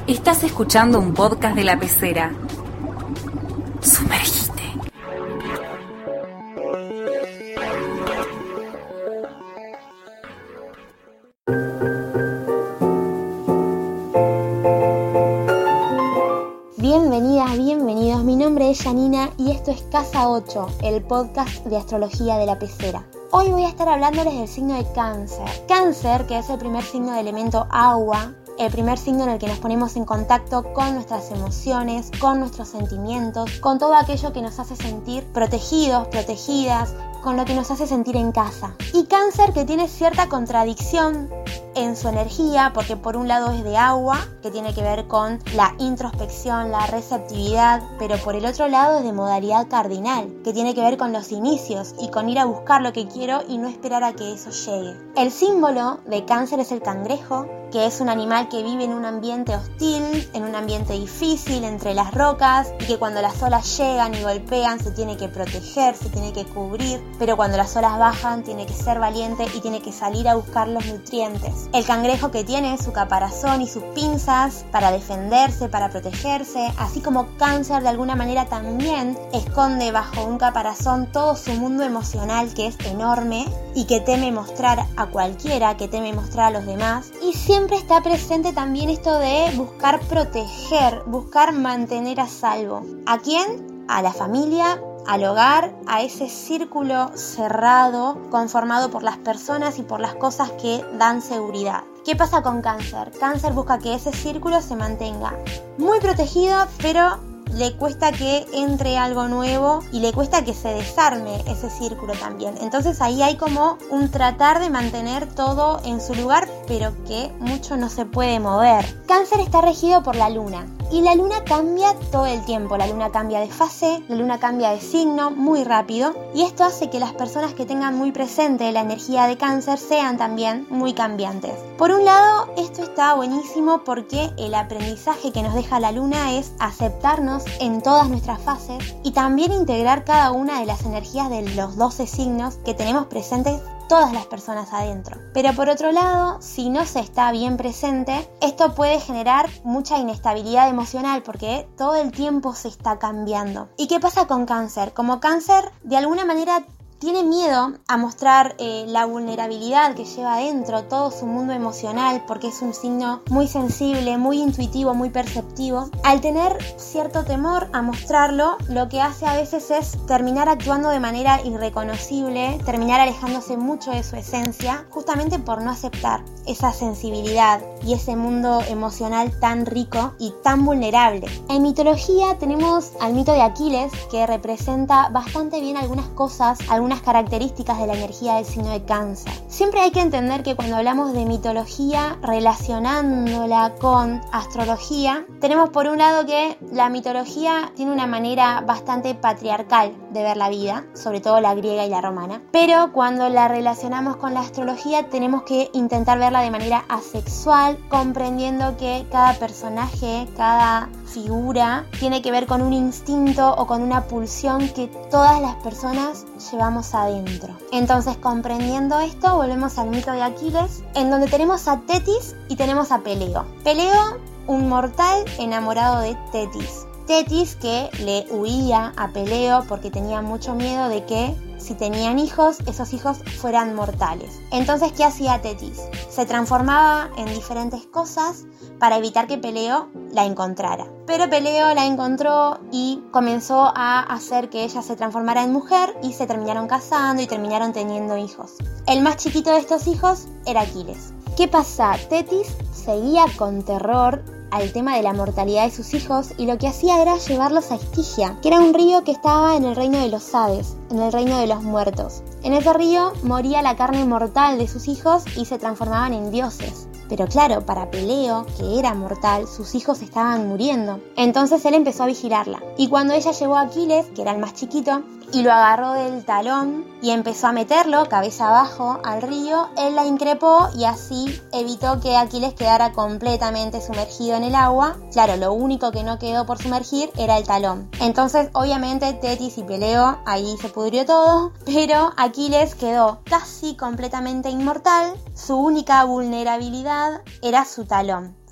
Estás escuchando un podcast de La Pecera. Sumergite. Bienvenidas, bienvenidos. Mi nombre es Janina y esto es Casa 8, el podcast de astrología de La Pecera. Hoy voy a estar hablándoles del signo de Cáncer. Cáncer, que es el primer signo de elemento agua, el primer signo en el que nos ponemos en contacto con nuestras emociones, con nuestros sentimientos, con todo aquello que nos hace sentir protegidos, protegidas, con lo que nos hace sentir en casa. Y Cáncer, que tiene cierta contradicción en su energía, porque por un lado es de agua, que tiene que ver con la introspección, la receptividad, pero por el otro lado es de modalidad cardinal, que tiene que ver con los inicios y con ir a buscar lo que quiero y no esperar a que eso llegue. El símbolo de Cáncer es el cangrejo, que es un animal que vive en un ambiente hostil, en un ambiente difícil, entre las rocas, y que cuando las olas llegan y golpean se tiene que proteger, se tiene que cubrir, pero cuando las olas bajan tiene que ser valiente y tiene que salir a buscar los nutrientes. El cangrejo, que tiene su caparazón y sus pinzas para defenderse, para protegerse, así como Cáncer de alguna manera también esconde bajo un caparazón todo su mundo emocional, que es enorme y que teme mostrar a cualquiera, que teme mostrar a los demás, y siempre está presente también esto de buscar proteger, buscar mantener a salvo. ¿A quién? A la familia, al hogar, a ese círculo cerrado conformado por las personas y por las cosas que dan seguridad. ¿Qué pasa con Cáncer? Cáncer busca que ese círculo se mantenga muy protegido, pero le cuesta que entre algo nuevo y le cuesta que se desarme ese círculo también. Entonces ahí hay como un tratar de mantener todo en su lugar, pero que mucho no se puede mover. Cáncer está regido por la luna. Y la luna cambia todo el tiempo, la luna cambia de fase, la luna cambia de signo muy rápido, y esto hace que las personas que tengan muy presente la energía de Cáncer sean también muy cambiantes. Por un lado, esto está buenísimo porque el aprendizaje que nos deja la luna es aceptarnos en todas nuestras fases y también integrar cada una de las energías de los 12 signos que tenemos presentes todas las personas adentro. Pero por otro lado, si no se está bien presente, esto puede generar mucha inestabilidad emocional porque todo el tiempo se está cambiando. ¿Y qué pasa con Cáncer? Como Cáncer de alguna manera tiene miedo a mostrar la vulnerabilidad que lleva adentro, todo su mundo emocional, porque es un signo muy sensible, muy intuitivo, muy perceptivo. Al tener cierto temor a mostrarlo, lo que hace a veces es terminar actuando de manera irreconocible, terminar alejándose mucho de su esencia, justamente por no aceptar esa sensibilidad y ese mundo emocional tan rico y tan vulnerable. En mitología tenemos al mito de Aquiles, que representa bastante bien algunas cosas, algunas características de la energía del signo de Cáncer. Siempre hay que entender que cuando hablamos de mitología, relacionándola con astrología, tenemos por un lado que la mitología tiene una manera bastante patriarcal de ver la vida, sobre todo la griega y la romana, pero cuando la relacionamos con la astrología tenemos que intentar verla de manera asexual, comprendiendo que cada personaje, cada figura tiene que ver con un instinto o con una pulsión que todas las personas llevamos adentro. Entonces, comprendiendo esto, volvemos al mito de Aquiles, en donde tenemos a Tetis y tenemos a Peleo. Peleo, un mortal enamorado de Tetis. Tetis, que le huía a Peleo porque tenía mucho miedo de que si tenían hijos, esos hijos fueran mortales. Entonces, ¿qué hacía Tetis? Se transformaba en diferentes cosas para evitar que Peleo la encontrara. Pero Peleo la encontró y comenzó a hacer que ella se transformara en mujer y se terminaron casando y terminaron teniendo hijos. El más chiquito de estos hijos era Aquiles. ¿Qué pasa? Tetis seguía con terror al tema de la mortalidad de sus hijos y lo que hacía era llevarlos a Estigia, que era un río que estaba en el reino de los Hades, en el reino de los muertos. En ese río moría la carne mortal de sus hijos y se transformaban en dioses. Pero claro, para Peleo, que era mortal, sus hijos estaban muriendo. Entonces él empezó a vigilarla. Y cuando ella llevó a Aquiles, que era el más chiquito, y lo agarró del talón y empezó a meterlo cabeza abajo al río, él la increpó y así evitó que Aquiles quedara completamente sumergido en el agua. Claro, lo único que no quedó por sumergir era el talón. Entonces, obviamente, Tetis y Peleo, ahí se pudrió todo, pero Aquiles quedó casi completamente inmortal. Su única vulnerabilidad era su talón.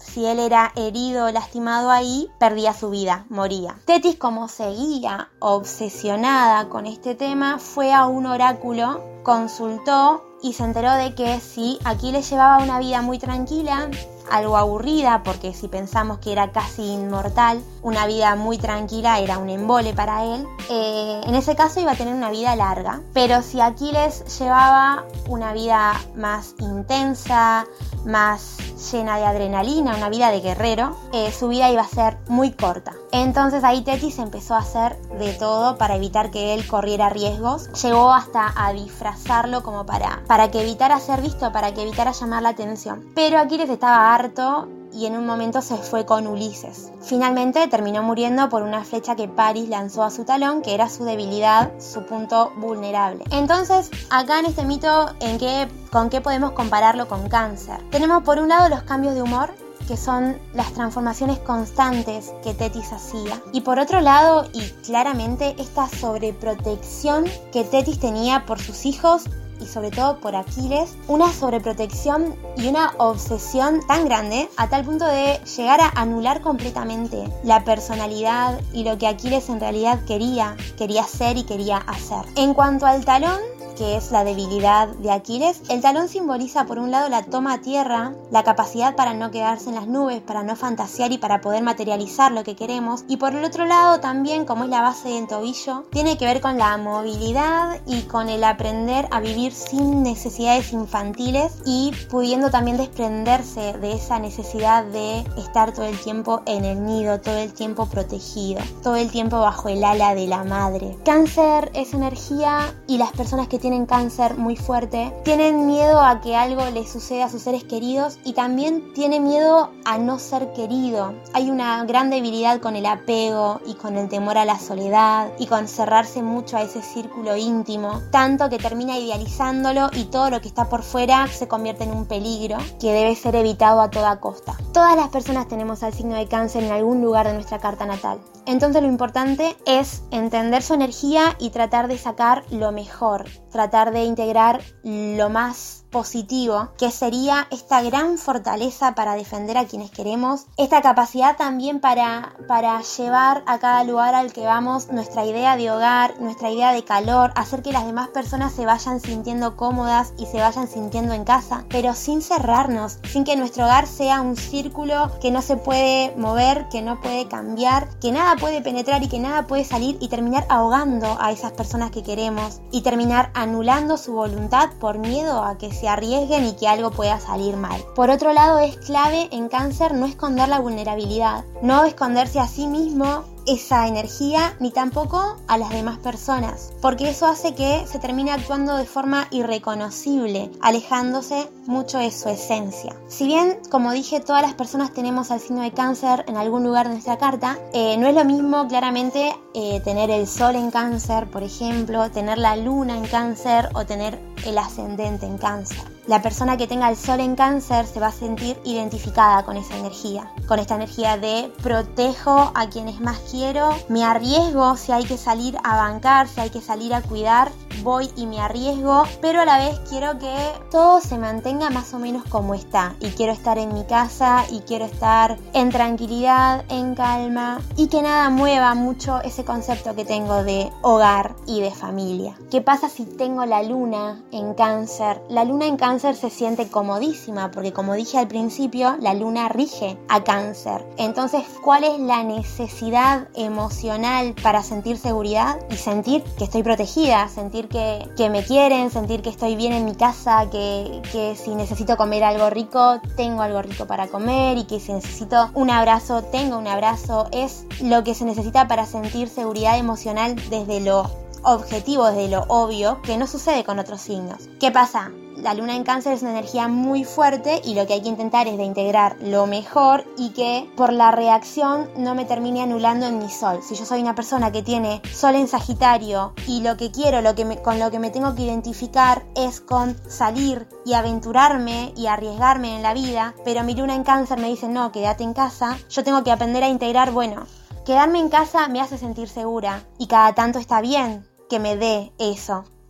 si él era herido o lastimado ahí, perdía su vida, moría. Tetis, como seguía obsesionada con este tema, fue a un oráculo, consultó y se enteró de que si Aquiles llevaba una vida muy tranquila, algo aburrida, porque si pensamos que era casi inmortal, una vida muy tranquila era un embole para él, en ese caso iba a tener una vida larga. Pero si Aquiles llevaba una vida más intensa, más llena de adrenalina, una vida de guerrero, su vida iba a ser muy corta. Entonces ahí Tetis empezó a hacer de todo para evitar que él corriera riesgos. Llegó hasta a disfrazarlo como para que evitara ser visto, para que evitara llamar la atención. Pero Aquiles estaba harto y en un momento se fue con Ulises. Finalmente terminó muriendo por una flecha que Paris lanzó a su talón, que era su debilidad, su punto vulnerable. Entonces, acá en este mito, ¿con qué podemos compararlo con Cáncer? Tenemos por un lado los cambios de humor, que son las transformaciones constantes que Tetis hacía. Y por otro lado, y claramente, esta sobreprotección que Tetis tenía por sus hijos y sobre todo por Aquiles, una sobreprotección y una obsesión tan grande a tal punto de llegar a anular completamente la personalidad y lo que Aquiles en realidad quería ser y quería hacer. En cuanto al talón, que es la debilidad de Aquiles, el talón simboliza por un lado la toma a tierra, la capacidad para no quedarse en las nubes, para no fantasear y para poder materializar lo que queremos, y por el otro lado también, como es la base del tobillo, tiene que ver con la movilidad y con el aprender a vivir sin necesidades infantiles y pudiendo también desprenderse de esa necesidad de estar todo el tiempo en el nido, todo el tiempo protegido, todo el tiempo bajo el ala de la madre. Cáncer es energía y las personas que tienen cáncer muy fuerte tienen miedo a que algo les suceda a sus seres queridos y también tienen miedo a no ser querido. Hay una gran debilidad con el apego y con el temor a la soledad y con cerrarse mucho a ese círculo íntimo, tanto que termina idealizándolo y todo lo que está por fuera se convierte en un peligro que debe ser evitado a toda costa. Todas las personas tenemos al signo de Cáncer en algún lugar de nuestra carta natal. Entonces lo importante es entender su energía y tratar de sacar lo mejor, tratar de integrar lo más positivo, que sería esta gran fortaleza para defender a quienes queremos, esta capacidad también para llevar a cada lugar al que vamos nuestra idea de hogar, nuestra idea de calor, hacer que las demás personas se vayan sintiendo cómodas y se vayan sintiendo en casa, pero sin cerrarnos, sin que nuestro hogar sea un círculo que no se puede mover, que no puede cambiar, que nada puede penetrar y que nada puede salir y terminar ahogando a esas personas que queremos y terminar anulando su voluntad por miedo a que se arriesguen y que algo pueda salir mal. Por otro lado, es clave en Cáncer no esconder la vulnerabilidad, no esconderse a sí mismo esa energía ni tampoco a las demás personas, porque eso hace que se termine actuando de forma irreconocible, alejándose mucho de su esencia. Si bien, como dije, todas las personas tenemos al signo de Cáncer en algún lugar de nuestra carta, no es lo mismo claramente tener el sol en Cáncer, por ejemplo, tener la luna en Cáncer o tener el ascendente en Cáncer. La persona que tenga el sol en Cáncer se va a sentir identificada con esa energía, con esta energía de protejo a quienes más quiero, me arriesgo si hay que salir a bancar, si hay que salir a cuidar, voy y me arriesgo, pero a la vez quiero que todo se mantenga más o menos como está y quiero estar en mi casa y quiero estar en tranquilidad, en calma y que nada mueva mucho ese concepto que tengo de hogar y de familia. ¿Qué pasa si tengo la luna en Cáncer? La luna en Cáncer se siente comodísima porque, como dije al principio, la luna rige a Cáncer. Entonces, ¿cuál es la necesidad emocional para sentir seguridad y sentir que estoy protegida, sentir que me quieren, sentir que estoy bien en mi casa, que si necesito comer algo rico, tengo algo rico para comer y que si necesito un abrazo, tengo un abrazo? Es lo que se necesita para sentir seguridad emocional desde lo objetivo, desde lo obvio, que no sucede con otros signos. ¿Qué pasa? La luna en Cáncer es una energía muy fuerte y lo que hay que intentar es de integrar lo mejor y que por la reacción no me termine anulando en mi sol. Si yo soy una persona que tiene sol en Sagitario y lo que quiero, con lo que me tengo que identificar es con salir y aventurarme y arriesgarme en la vida, pero mi luna en Cáncer me dice no, quédate en casa, yo tengo que aprender a integrar, bueno, quedarme en casa me hace sentir segura y cada tanto está bien que me dé eso.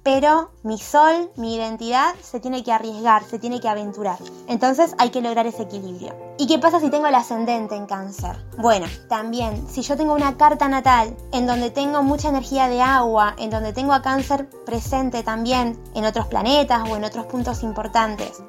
pero mi sol, mi identidad, se tiene que arriesgar, se tiene que aventurar. Entonces hay que lograr ese equilibrio. ¿Y qué pasa si tengo el ascendente en Cáncer? Bueno, también, si yo tengo una carta natal en donde tengo mucha energía de agua, en donde tengo a Cáncer presente también en otros planetas o en otros puntos importantes,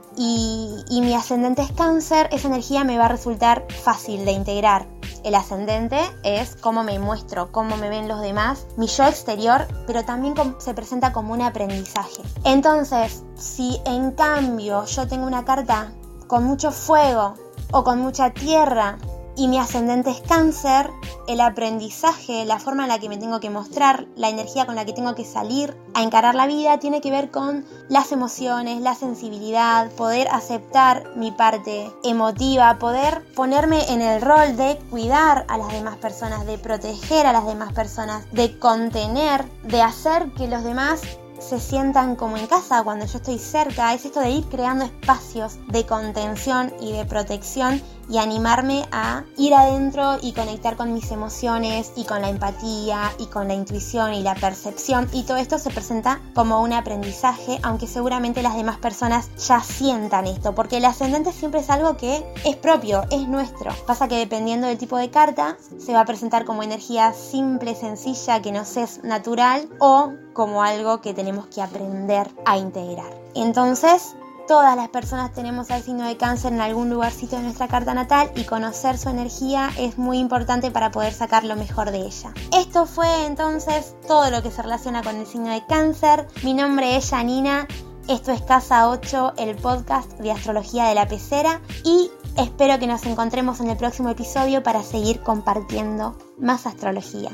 y mi ascendente es Cáncer, esa energía me va a resultar fácil de integrar. El ascendente es cómo me muestro, cómo me ven los demás, mi yo exterior, pero también se presenta como un aprendizaje. Entonces, si en cambio yo tengo una carta con mucho fuego o con mucha tierra y mi ascendente es Cáncer, el aprendizaje, la forma en la que me tengo que mostrar, la energía con la que tengo que salir a encarar la vida tiene que ver con las emociones, la sensibilidad, poder aceptar mi parte emotiva, poder ponerme en el rol de cuidar a las demás personas, de proteger a las demás personas, de contener, de hacer que los demás se sientan como en casa cuando yo estoy cerca. Es esto de ir creando espacios de contención y de protección y animarme a ir adentro y conectar con mis emociones y con la empatía y con la intuición y la percepción, y todo esto se presenta como un aprendizaje, aunque seguramente las demás personas ya sientan esto, porque el ascendente siempre es algo que es propio, es nuestro. Pasa que dependiendo del tipo de carta se va a presentar como energía simple, sencilla, que nos es natural, o como algo que tenemos que aprender a integrar. Entonces, todas las personas tenemos al signo de Cáncer en algún lugarcito de nuestra carta natal, y conocer su energía es muy importante para poder sacar lo mejor de ella. Esto fue entonces todo lo que se relaciona con el signo de Cáncer. Mi nombre es Janina, esto es Casa 8, el podcast de astrología de la pecera, y espero que nos encontremos en el próximo episodio para seguir compartiendo más astrología.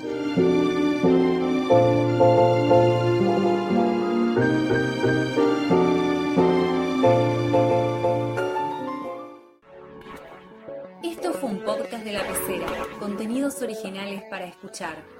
Esto fue un podcast de La Pecera, contenidos originales para escuchar.